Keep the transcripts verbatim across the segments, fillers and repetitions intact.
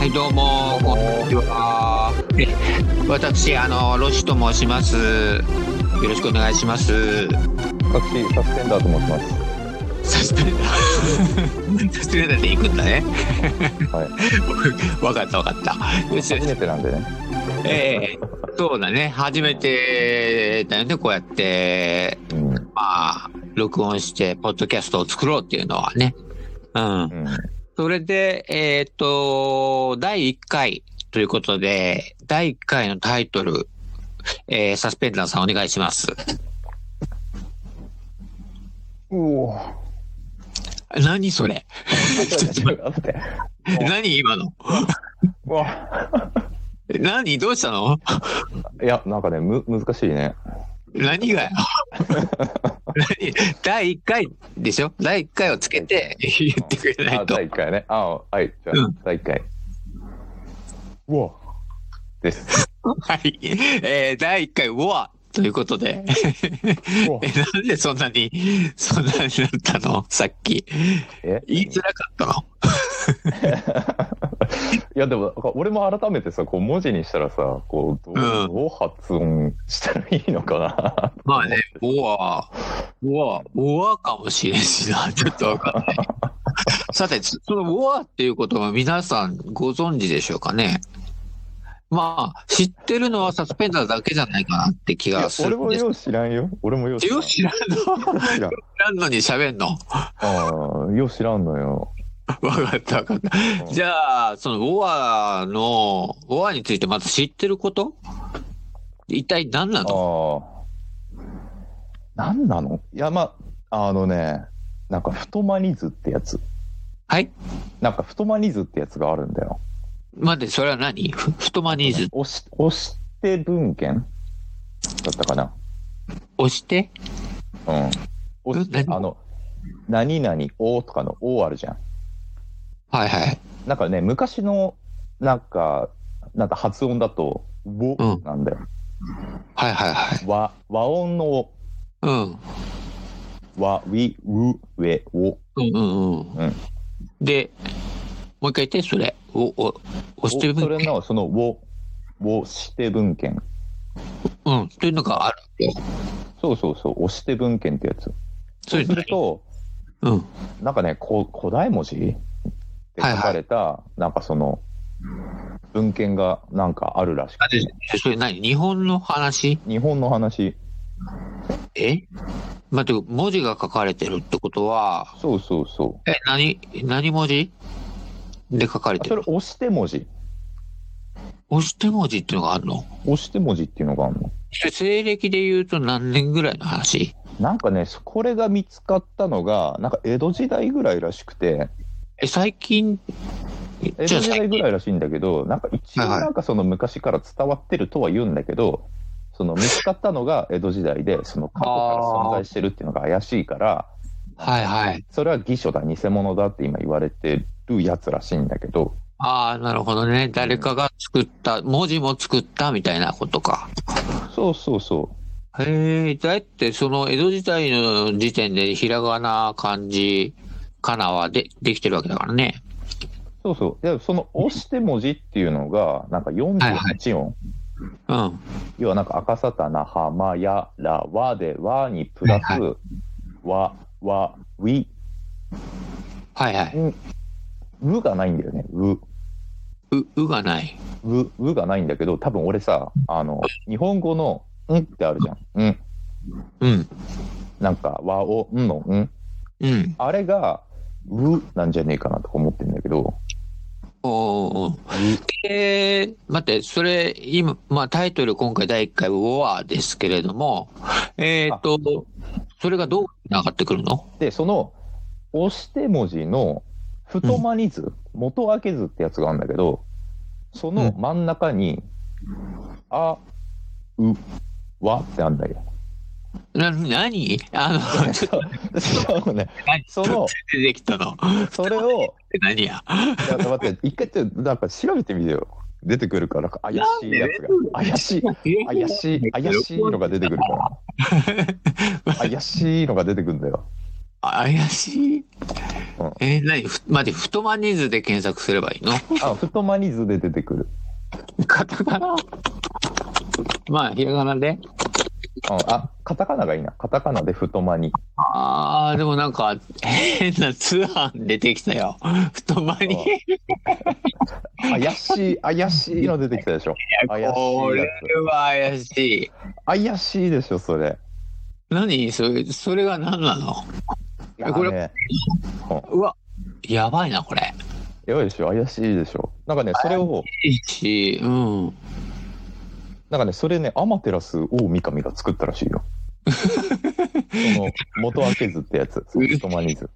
はいどうもこんにちは。え私あのロシと申します。よろしくお願いします。 私サスペンダーと申します。 サスペンダーサスペンダーで行くんだね。 はい分かった分かった。よしよし初めてなんでね。 えー、そうだね初めてだよねこうやって、うん、まあ録音してポッドキャストを作ろうっていうのはね。うん。うんそれで、えっと、だいいっかいということで、だいいっかいのタイトル、えー、サスペンダーさんお願いします。 うお何それ何今のうわ何どうしたのいや、なんかね、む、難しいね。 何がよだいいっかいでしょだいいっかいをつけて言ってくれないと。 あ、だいいっかいね。あ、はい。じゃあ、うん、だいいっかい。うわです。 はい。えー、だいいっかい、うわということで。え、なんでそんなに、そんなになったのさっき。え言いづらかったのいやでも俺も改めてさこう文字にしたらさこうどう、うん、どう発音したらいいのかなまあねボアボアボアかもしれんしなちょっとわかんないさてそのボアっていうことは皆さんご存知でしょうかね。まあ知ってるのはサスペンダーだけじゃないかなって気がするんです。 俺もよう知らんよ。俺もよう知らん。 よう知らんの知らんのに喋んの。 ああよう知らんのよ。 わかったわかった。うん、じゃあ、そのウォアの、ウォアについてまず知ってること一体何なの？ ああ。何なの？いや、まあ、あのね、なんか太マニ図ってやつ。 はい？ なんか太マニ図ってやつがあるんだよ。 待って、それは何？太マニ図。 押し、押して文献だったかな？ 押して？ うん。押して、あの、何々おとかのおあるじゃん。 はいはい。 なんかね、昔の、なんか、なんか発音だと、おなんだよ、 うん。はいはいはい。 和、和音のお。 うん。 和、ウィ、ウ、ウェ、お。 うんうんうん。うん、で、もう一回言って、それ。お、お、押して文献。 それの、その、お、おして文献。 うん。というのがあるよ。 そうそうそう、押して文献ってやつ。 それそうすると、 うん。 なんかね、こ古代文字書かれた、はいはい、なんかその文献がなんかあるらしくて。 それ何？日本の話？ 日本の話。 え？待って、文字が書かれてるってことは。 そうそうそう。 え、何、何文字で書かれてる？ それ押して文字。 押して文字っていうのがあるの？ 押して文字っていうのがあるの。 それ西暦で言うと何年ぐらいの話？ なんかね、これが見つかったのがなんか江戸時代ぐらいらしくて。 え、最近江戸時代ぐらいらしいんだけど、なんか一応なんかその昔から伝わってるとは言うんだけど、はいはい、その見つかったのが江戸時代で、その過去から存在してるっていうのが怪しいから、 はいはい。 それは偽書だ、偽物だって今言われてるやつらしいんだけど。 ああ、なるほどね。誰かが作った、うん、文字も作ったみたいなことか。 そうそうそう。 へえ、だってその江戸時代の時点でひらがな、漢字、かなはでできてるわけだからね。 そうそう。でその押して文字っていうのがなんかよんじゅうはちおん。 はいはい、うん。 要はなんか赤さたなはまやらわでわにプラス、はいはい、わわウィ。 はいはい。 うがないんだよね。う。ううがない。 ううがないんだけど、多分俺さあの日本語のんってあるじゃん。うん。 うん。 なんか和をんのん。 うん。 あれがうなんじゃねえかなと思ってるんだけど。 おー。えー、待って、それ、今、まあタイトル今回だいいっかい、ウォアですけれども、えっと、それがどう上がってくるの？ で、その、押して文字の太マニ図、うん、元開け図ってやつがあるんだけど、その真ん中に、うん、あ、う、わってあるんだよ。 な、なにあの、ちょっと、 しかもね、その、 出てきたの。 それを、 何や。 いや、待って、一回ちょっと、なんか調べてみてよ。出てくるから、怪しいやつが。怪しい、怪しい、怪しいのが出てくるから。怪しいのが出てくるんだよ。 怪しい。うん、えー、何ふ、待って、太マニーズで検索すればいいの？ あ、太マニーズで出てくる。 カタカナ？まあ、ひらがなで。 あ、カタカナがいいな。カタカナで太マニ。 あー、でもなんか、変な通販出てきたよ。太マニ。 怪しい、怪しいの出てきたでしょ。 怪しいやつ。これは怪しい。 怪しいでしょ、それ。 何それ、それが何なの？これ、ね、うわ、やばいな、これ。 やばいでしょ、怪しいでしょ。なんかね、それを、 怪しい、うん。 なんかね、それね、アマテラス大神が作ったらしいよ。その、元開けずってやつ、太マニーズ。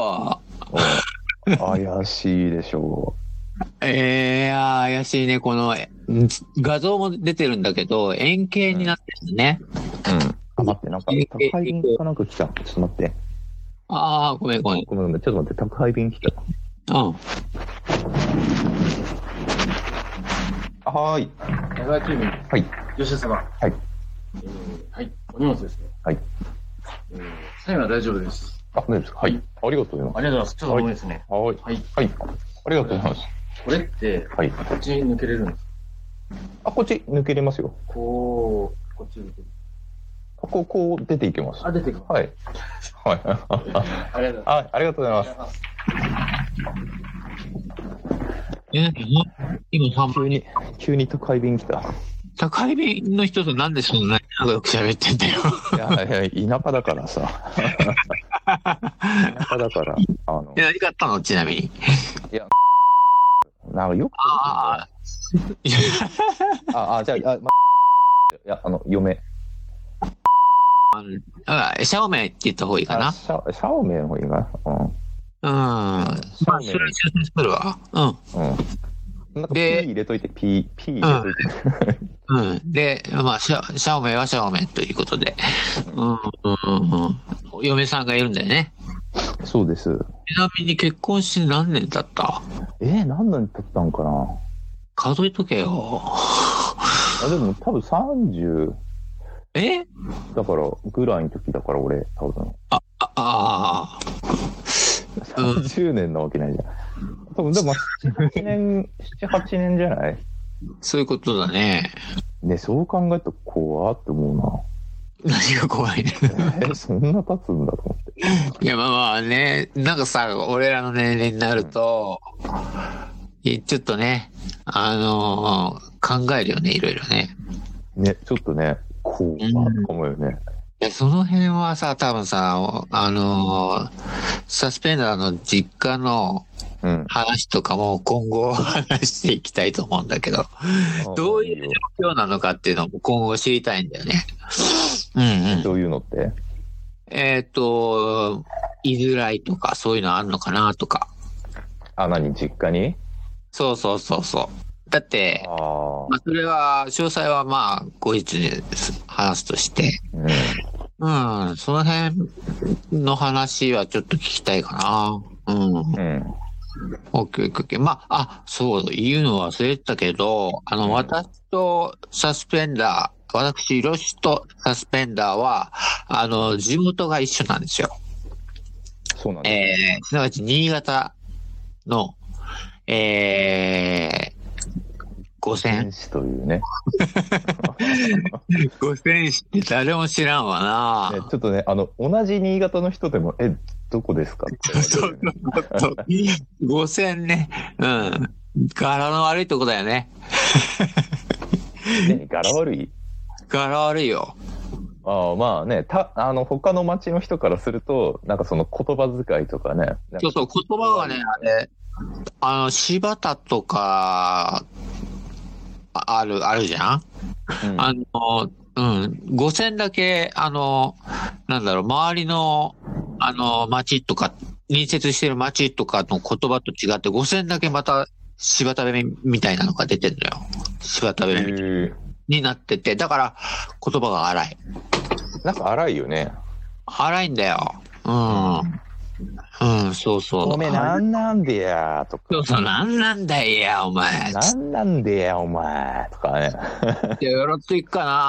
怪しいでしょう。 えー、怪しいね。この、画像も出てるんだけど、円形になってるんだね。 うん。うん、あ、待って、なんか、宅配便かなんか来た。ちょっと待って。 ああ、ごめんごめん。 ごめんごめん。ちょっと待って、宅配便来た。 うん。 はーい。 長き便。 はい。 吉田様。 はい。 えー、はい。お荷物ですね。 はい。 えー、サインは大丈夫です。 あ、大丈夫ですか。はい。ありがとうございます。 ありがとうございます。ちょっと重いですね。 はい。はい。はい。ありがとうございます。 これって、はい。こっちに抜けれるんですか？ あ、こっち抜けれますよ。 こう、こっち抜ける。 こう、こう出ていけます。 あ、出ていく。 はい。はい。 ありがとうございます。 あ、ありがとうございます。 え、今、 急に、急に宅配便来た。 宅配便の人となんでそんなに仲良く喋ってんだよ。 いやいや、田舎だからさ。田舎だから、あの。 いや、何買ったのちなみに。いや、 なんかよく。ああ。あ、じゃあ、あ、ま、いや、あの、嫁。 あ、シャオメイって言った方がいいかな。 シャ、シャオメイの方がいいかな。うん。うん。 まあ、それは抽選するわ。うん。 うん。なんか P 入れといて、P、P 入れといて。 うん。うん、で、まあ、シャ、シャオメイはシャオメイということで。うん、うん、うん。嫁さんがいるんだよね。 そうです。 ちなみに結婚して何年経った？ えー、何年経ったんかな。 数えとけよ。 あ、でも多分さんじゅう。 えだから、ぐらいの時だから、俺、多分。 あ、あ、あさんじゅうねんなわけないじゃん。多分、でも、ななはちねん、ななはちねんじゃない？ そういうことだね。 ね、そう考えると怖って思うな。何が怖いね。 えー、そんな経つんだと思って。 いや、まあまあね、なんかさ、俺らの年齢になると、うん、ちょっとね、あのー、考えるよね、いろいろね。 ね、ちょっとね、こう、かもよね。 いや、その辺はさ、多分さ、あのー、サスペンダーの実家の話とかも今後話していきたいと思うんだけど、うん、どういう状況なのかっていうのも今後知りたいんだよね。うんうん。 どういうのって？ えっと、居づらいとかそういうのあるのかなとか。 あ、何？実家に？ そうそうそうそう。だって、あまあ、それは、詳細はまあ、後日に話すとして、うん、うん、その辺の話はちょっと聞きたいかな。うん。うん。オッケーオッケーオッケー。まあ、あ、そう、言うの忘れてたけど、あの、うん、私とサスペンダー、私、ロシとサスペンダーは、あの、地元が一緒なんですよ。 そうなんです。 えー、すなわち、新潟の、えー、五泉市というね。 五泉市って誰も知らんわな、 ね。ちょっとね、あの、同じ新潟の人でも、え、どこですかって、ね。そうそうそう。五泉ね。うん。柄の悪いとこだよね。 ね、柄悪い？ 柄悪いよ。 ああ、まあね、た、あの、他の町の人からすると、なんかその言葉遣いとかね。 そうそう、言葉がね、あれ、あの、柴田とか、ある、あるじゃん、うん、あの、うん、五泉だけ、あの、なんだろう、周りの、あの、町とか、隣接してる町とかの言葉と違って、五泉だけまた柴田弁みたいなのが出てるのよ。柴田弁みたいなになってて、だから言葉が荒い。 なんか荒いよね。 荒いんだよ。うん。うん、そうそう。 おめえなんなんでやとか。 そうそう、なんなんだいや、お前。 なんなんでや、お前とかね。 じゃあ、よろっといくかな。 。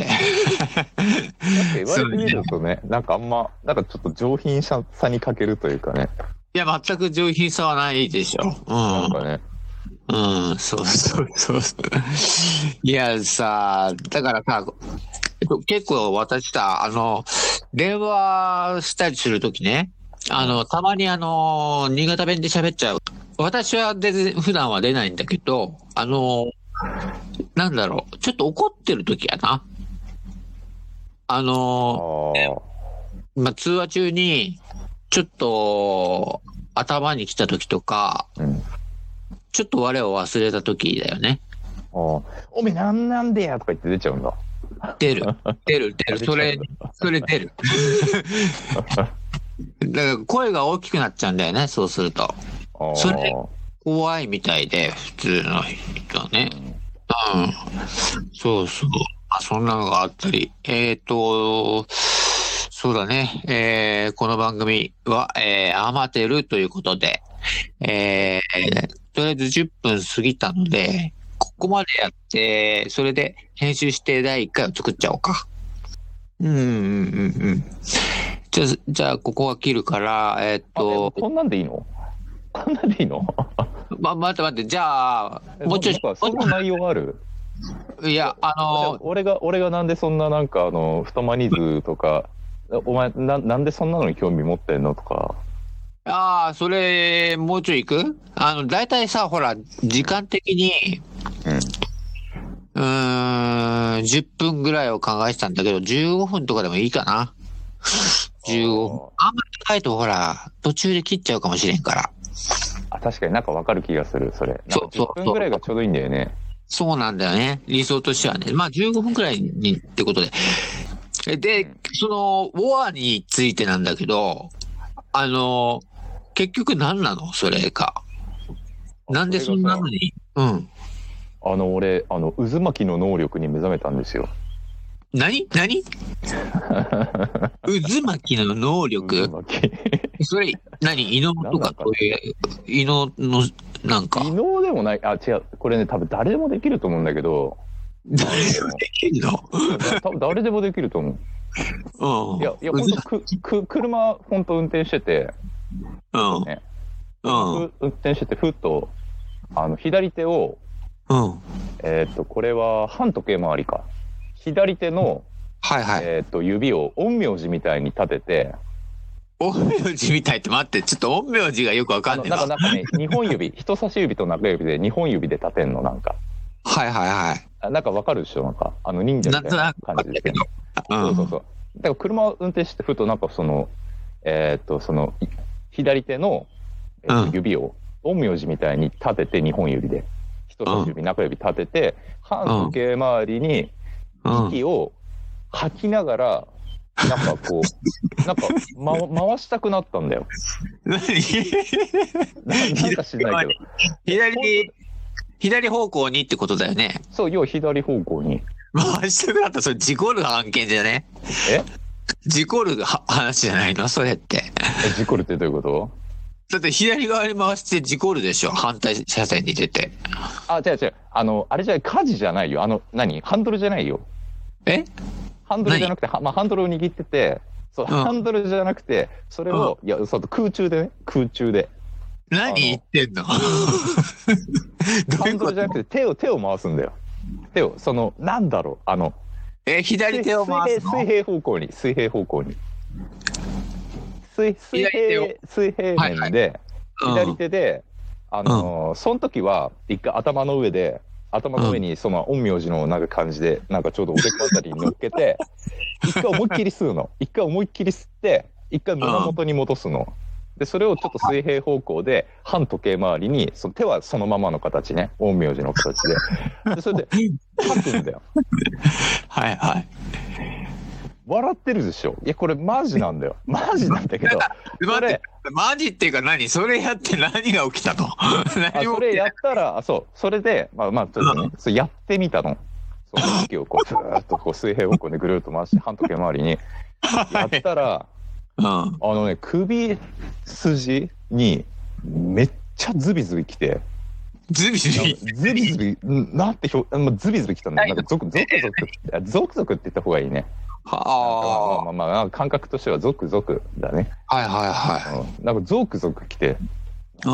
確か言われてみるとね、なんかあんま、なんかちょっと上品さに欠けるというかね。 いや、全く上品さはないでしょ。うん。 なんかね。 うん、そうそうそう。いや、さ、だからさ、結構私さ、あの、電話したりするときね、あの、たまにあの、新潟弁で喋っちゃう。私はで普段は出ないんだけど、あの、なんだろう、ちょっと怒ってるときやな。あの、 あまあ、通話中に、ちょっと、頭に来たときとか、 うん、 ちょっと我を忘れたときだよね。 あおめえなんなんでやとか言って出ちゃうんだ。 出る。出る、出る。それ、それ出る。だから声が大きくなっちゃうんだよね、そうすると。それ怖いみたいで、普通の人はね。うん。うん、そうそう。まあ、そんなのがあったり。えっと、そうだね。えー、この番組は、えー、アマテルということで、えー、とりあえずじゅっぷん過ぎたので、ここまでやって、それで編集してだいいっかいを作っちゃおうか。うんうんうんうん。じゃあ、じゃあここは切るから、えー、っと。 こんなんでいいの？こんなんでいいの？ ま、待って待って、じゃあ、もうちょい。 そんな内容ある？ いや、あのー、 俺が、俺がなんでそんななんか、あの、太マニズとか、お前な、なんでそんなのに興味持ってんのとか。 ああ、それ、もうちょい行く？あの、だいたいさ、ほら、時間的に、うん、うーん、じゅっぷんぐらいを考えてたんだけど、じゅうごふんとかでもいいかな。じゅうごふん。あんまり高いと、ほら、途中で切っちゃうかもしれんから。 あ、確かになんかわかる気がする、それ。そうそう。じゅっぷんぐらいがちょうどいいんだよね。 そうなんだよね。理想としてはね。まあ、じゅうごふんくらいにってことで。で、その、ウォアについてなんだけど、あの、結局何なのそれか。なんでそんなのに？うん。 あの、俺、あの、渦巻きの能力に目覚めたんですよ。 何何渦巻きの能力？渦巻き。それ、何？異能とかそういう、異能の、なんか。 異能でもない、あ、違う。これね、多分誰でもできると思うんだけど。 誰でもできるの？ 多分誰でもできると思う。うん。いや、いや、ほんと、く、く、車、ほんと運転してて。 うん。 ね、うん。運転してて、ふっと、あの、左手を、 うん。 えっと、これは、反時計回りか。左手の、 はいはい。 えっと、指を陰陽師みたいに立てて、 陰陽師みたいって待って、ちょっと陰陽師がよくわかんない。 なんか、なんかね、にほん指、人差し指と中指でにほん指で立てんの、なんか。 はいはいはい。 なんかわかるでしょなんか、あの、忍者みたいな感じですけど。そうそうそう。だから車を運転してふと、なんかその、えっと、その、左手の、えー、と指を陰陽師みたいに立てて、にほん指で。人差し指、中指立てて、反時計回りに息を吐きながら、なんかこう、なんか、ま、回したくなったんだよ。 何？ なんか知らないけど。 左、左方向にってことだよね。 そう、要は左方向に。 回したくなったらそれ事故る案件じゃね？ え？ 事故る話じゃないのそれって。 え、事故るってどういうこと？ だって左側に回して事故るでしょ反対車線に出て。 あ、違う違う。あの、あれじゃない、舵じゃないよ。あの、何ハンドルじゃないよ。 え？ ハンドルじゃなくて、まあ、ハンドルを握ってて、そう、うん、ハンドルじゃなくて、それを、うん、いや、そう、空中でね、空中で。 何言ってんの？ ハンドルじゃなくて、手を、手を回すんだよ。手を、その、なんだろう、あの、 え、左手を回すの？ 水平方向に、水平方向に。水, 水平、水平面で、はいはい、左手で、うん、あのーうん、その時は、一回頭の上で、頭の上にその陰陽師のなんか感じで、なんかちょうどおでこあたりに乗っけて、一回思いっきり吸うの。一回思いっきり吸って、一回胸元に戻すの。で、それをちょっと水平方向で、反時計回りに、その手はそのままの形ね。陰陽師の形で。で、それで、吐くんだよ。 はいはい。 笑ってるでしょ。いや、これマジなんだよ。マジなんだけど。 待って、マジっていうか何？それやって何が起きたの？ 何それやったら、そう、それで、まあまあ、ちょっとね、それやってみたの。その息をこう、ずーっとこう水平方向でぐるっと回して、反時計回りに。やったら、うん、あのね、首筋にめっちゃズビズビきて、 ズビズビ。 ズビズビ、なんて表、まあ、ズビズビきたんだよ。なんかゾクゾクゾク、ゾクゾクって言った方がいいね。 はあ。まあまあまあ、感覚としてはゾクゾクだね。 はいはいはい。 うん、なんかゾクゾクきて、 うん。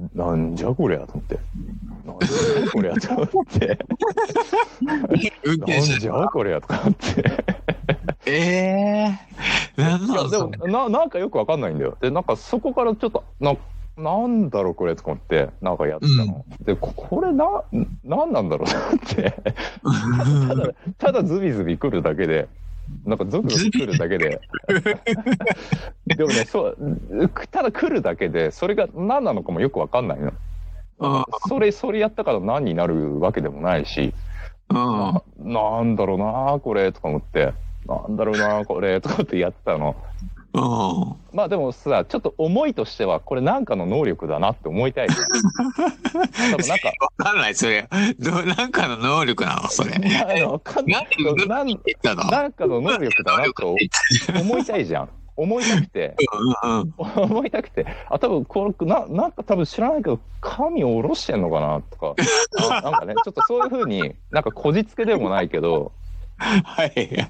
なんじゃこりゃと思って。なんじゃこりゃと思って。なんじゃこりゃとか思って。 ええー。なんなんでもな、なんかよくわかんないんだよ。で、なんかそこからちょっと、な、なんだろうこれとか思って、なんかやってたの。うん、で、こ、これな、なんなんだろうと思って。ただ、ただズビズビ来るだけで、なんかゾクゾク来るだけで。でもね、そう、ただ来るだけで、それが何なのかもよくわかんないの。それ、それやったから何になるわけでもないし、な、なんだろうなこれとか思って、なんだろうなこれとかってやってたの。まあでもさ、ちょっと思いとしてはこれなんかの能力だなって思いたいじゃん。多分なんかわかんないそれどなんかの能力なのそれ。 わかんない。なんなんかの能力だなと思いたいじゃん。思いたくて、うんうん、思いたくて、あ多分これななんか多分知らないけど神を下ろしてんのかなとか、なんかねちょっとそういう風になんかこじつけでもないけど。はい、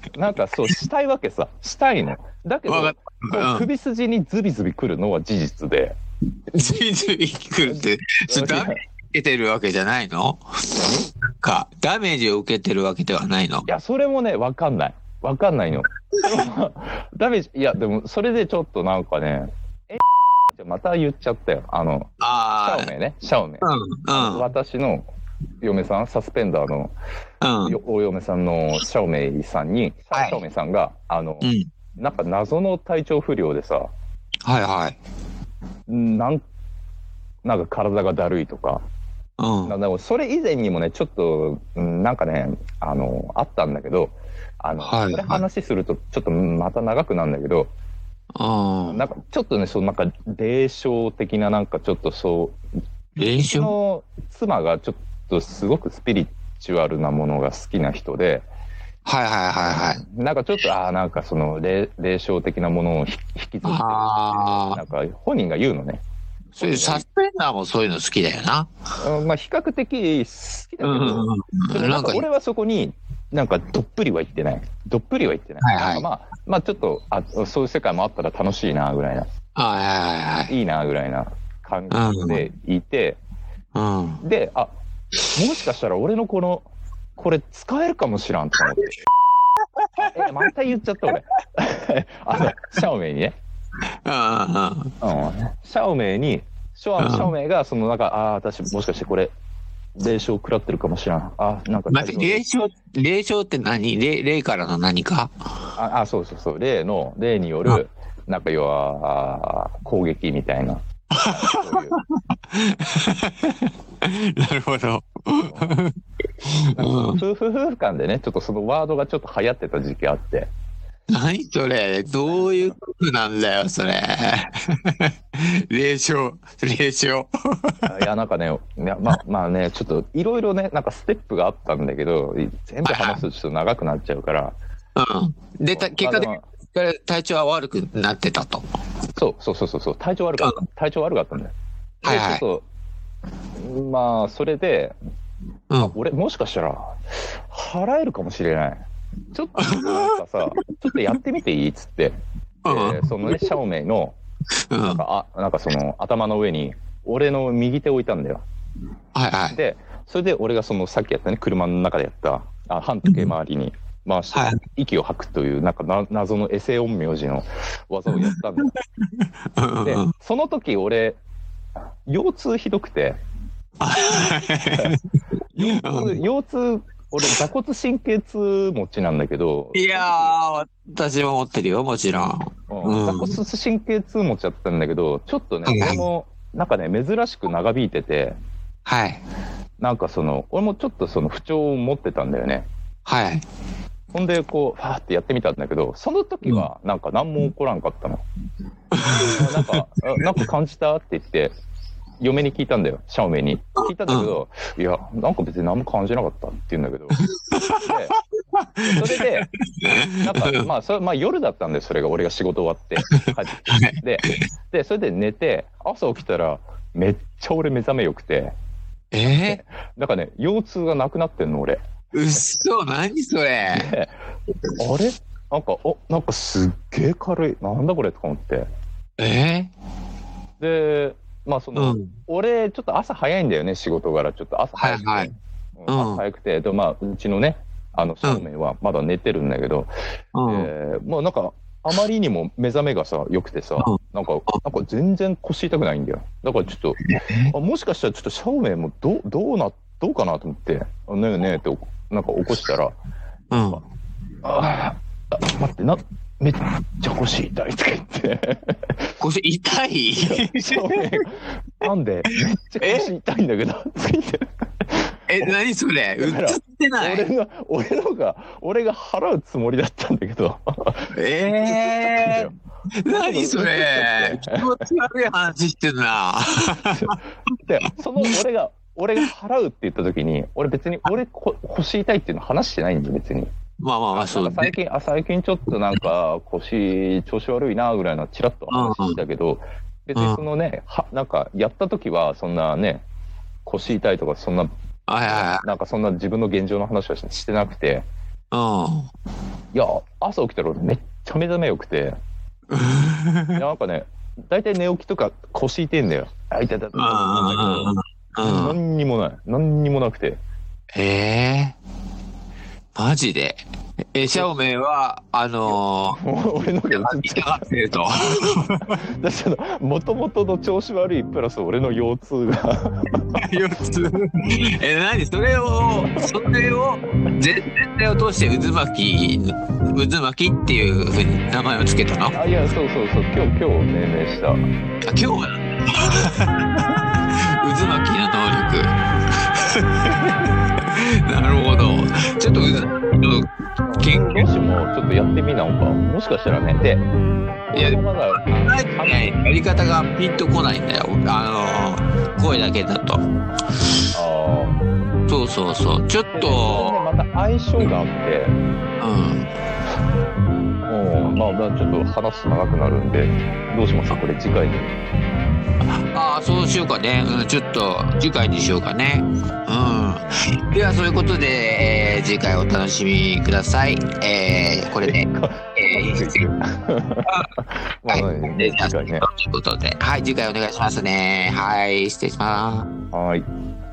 なんかそうしたいわけさ、したいのだけど、うん、首筋にズビズビくるのは事実で、 ズビズビくるってそれダメージ受けてるわけじゃないのか、ダメージを受けてるわけではないの。いやそれもね分かんない分かんないのダメージ、いやでもそれでちょっとなんかねえまた言っちゃったよ、あのあシャオメイね、シャオメイ、うんうん、私の嫁さん、サスペンダーの、うん、お嫁さんのシャオメイさんに、はい、シャオメイさんがあの、うん、なんか謎の体調不良でさ、 はいはい、 なんなんか体がだるいとか、うん、でもそれ以前にもねちょっとなんかねあのあったんだけど、あの、はいはい、これ話するとちょっとまた長くなるんだけど、あなんかちょっとねそうなんか霊障的ななんかちょっとそう霊障の妻がちょっとすごくスピリチュアルなものが好きな人で、 はいはいはいはい。 なんかちょっとああなんかその霊霊障的なものを引き継いでるってなんか本人が言うのね。 そういうサスペンダーもそういうの好きだよな。 うん、まあ比較的好きだけど、うんうん、なんか俺はそこになんかどっぷりは言ってない。どっぷりは言ってない。はいはい、まあまあちょっとあそういう世界もあったら楽しいなぐらいな。 はいはいはい。 いいなぐらいな感じでいて、うんうん、であもしかしたら俺のこのこれ使えるかもしらんと思ってえまた言っちゃった俺あのシャオメイにねうん、シャオメイにシャオメイがそのなんかああ私もしかしてこれ霊障食らってるかもしらん、あなんか待って霊障霊障って何 霊, 霊からの何かああそうそうそう霊の霊によるなんか要は攻撃みたいなそういうなるほど。 夫婦夫婦間でねちょっとそのワードがちょっと流行ってた時期あって、 何それどういうことなんだよそれ霊障霊障いやなんかねいやままあねちょっといろいろねなんかステップがあったんだけど全部話すとちょっと長くなっちゃうから、 うん、でた結果的に体調は悪くなってたと。 そうそうそうそうそう体調悪かった、うん、体調悪かったんだよ。はいはい、そうそうまあそれで、うん、俺もしかしたら払えるかもしれない、ちょっとなんかさちょっとやってみていいっつって、うん、でそのねシャオメイのなんか、あなんかその頭の上に俺の右手を置いたんだよ。はいはい。でそれで俺がそのさっきやったね車の中でやったあ半時計回りに回して、はい、息を吐くというなんかな謎のエセ陰陽師の技をやったんだよでその時俺腰痛ひどくて腰痛腰痛俺座骨神経痛持ちなんだけど、 いやー私も持ってるよもちろん、 うん、座骨神経痛持ちだったんだけどちょっとね、はい、俺もなんかね珍しく長引いてて、はいなんかその俺もちょっとその不調を持ってたんだよね。はいほんでこうファーってやってみたんだけどその時はなんか何も起こらんかったの、うん、なんかなんか感じたって言って嫁に聞いたんだよ、シャオメイに聞いたんだけど、うん、いやなんか別に何も感じなかったって言うんだけどでそれでなんかまあそれまあ夜だったんでそれが俺が仕事終わって帰ってきてででそれで寝て朝起きたらめっちゃ俺目覚めよくてえー、なんかね、腰痛がなくなってんの、俺。 うっそ、何それ。 あれなんか、お、なんかすっげえ軽い。なんだこれとか思って。 えー、で、まあその、うん、俺、ちょっと朝早いんだよね、仕事柄。ちょっと朝早くて。はいはい、うん、朝早くて、で、まあ、うちのね、あの、正面はまだ寝てるんだけど、うん、えー、もうなんか、あまりにも目覚めがさ、良くてさ、うん、なんか、なんか全然腰痛くないんだよ。だからちょっと、あもしかしたらちょっと正面もどう、どうな、どうかなと思って、ねえねえってなんか起こしたら、うん、ああ、待って、な、めっちゃ腰痛いとか言って。 腰痛いなんで、めっちゃ腰痛いんだけど、ついて。 え、何それ映ってない俺の、俺のが、俺が払うつもりだったんだけど。 えー、何それ気持ち悪い話してるな。 で、その俺が、俺が払うって言った時に、俺別に、俺腰痛いっていうの話してないんだよ、別に。 まあまあまあ、そうだね。 最近、あ、最近ちょっとなんか腰調子悪いなぐらいのチラッと話したけど、うん、別にそのね、は、なんかやった時はそんなね、腰痛いとかそんな、なんかそんな自分の現状の話はしてなくて、うん、いや、朝起きたらめっちゃ目覚めよくて、なんかね、大体寝起きとか腰痛いんだよ。あ、痛い痛い痛い。何にもない。何にもなくて。 へえ。マジでえ、シャオメイは、あのー、 俺のが痛がってると。 だけど、もともとの調子悪いプラス俺の腰痛が。 腰痛え、何それを、それを、全体を通して渦巻き、渦巻きっていうふうに名前をつけたの？ あ、いや、そうそうそう、今日、今日命名した。あ、 今日は渦巻きの能力。なるほど。ちょっと渦巻きの研究。もしもちょっとやってみなのか。もしかしたらね。で、 いや、まだやり方がピンとこないんだよ。あの声だけだと。ああ。そうそうそう。ちょっと。 また相性があって。うん。もうまあちょっと話すと長くなるんで、どうしますかこれ次回に。 ああ、そうしようかね。うん、ちょっと次回にしようかね。うん。ではそういうことで、えー、次回お楽しみください。えー、これで、えー、はい。で、次回ね。ということで、はい、次回お願いしますね。はい、失礼します。 はい。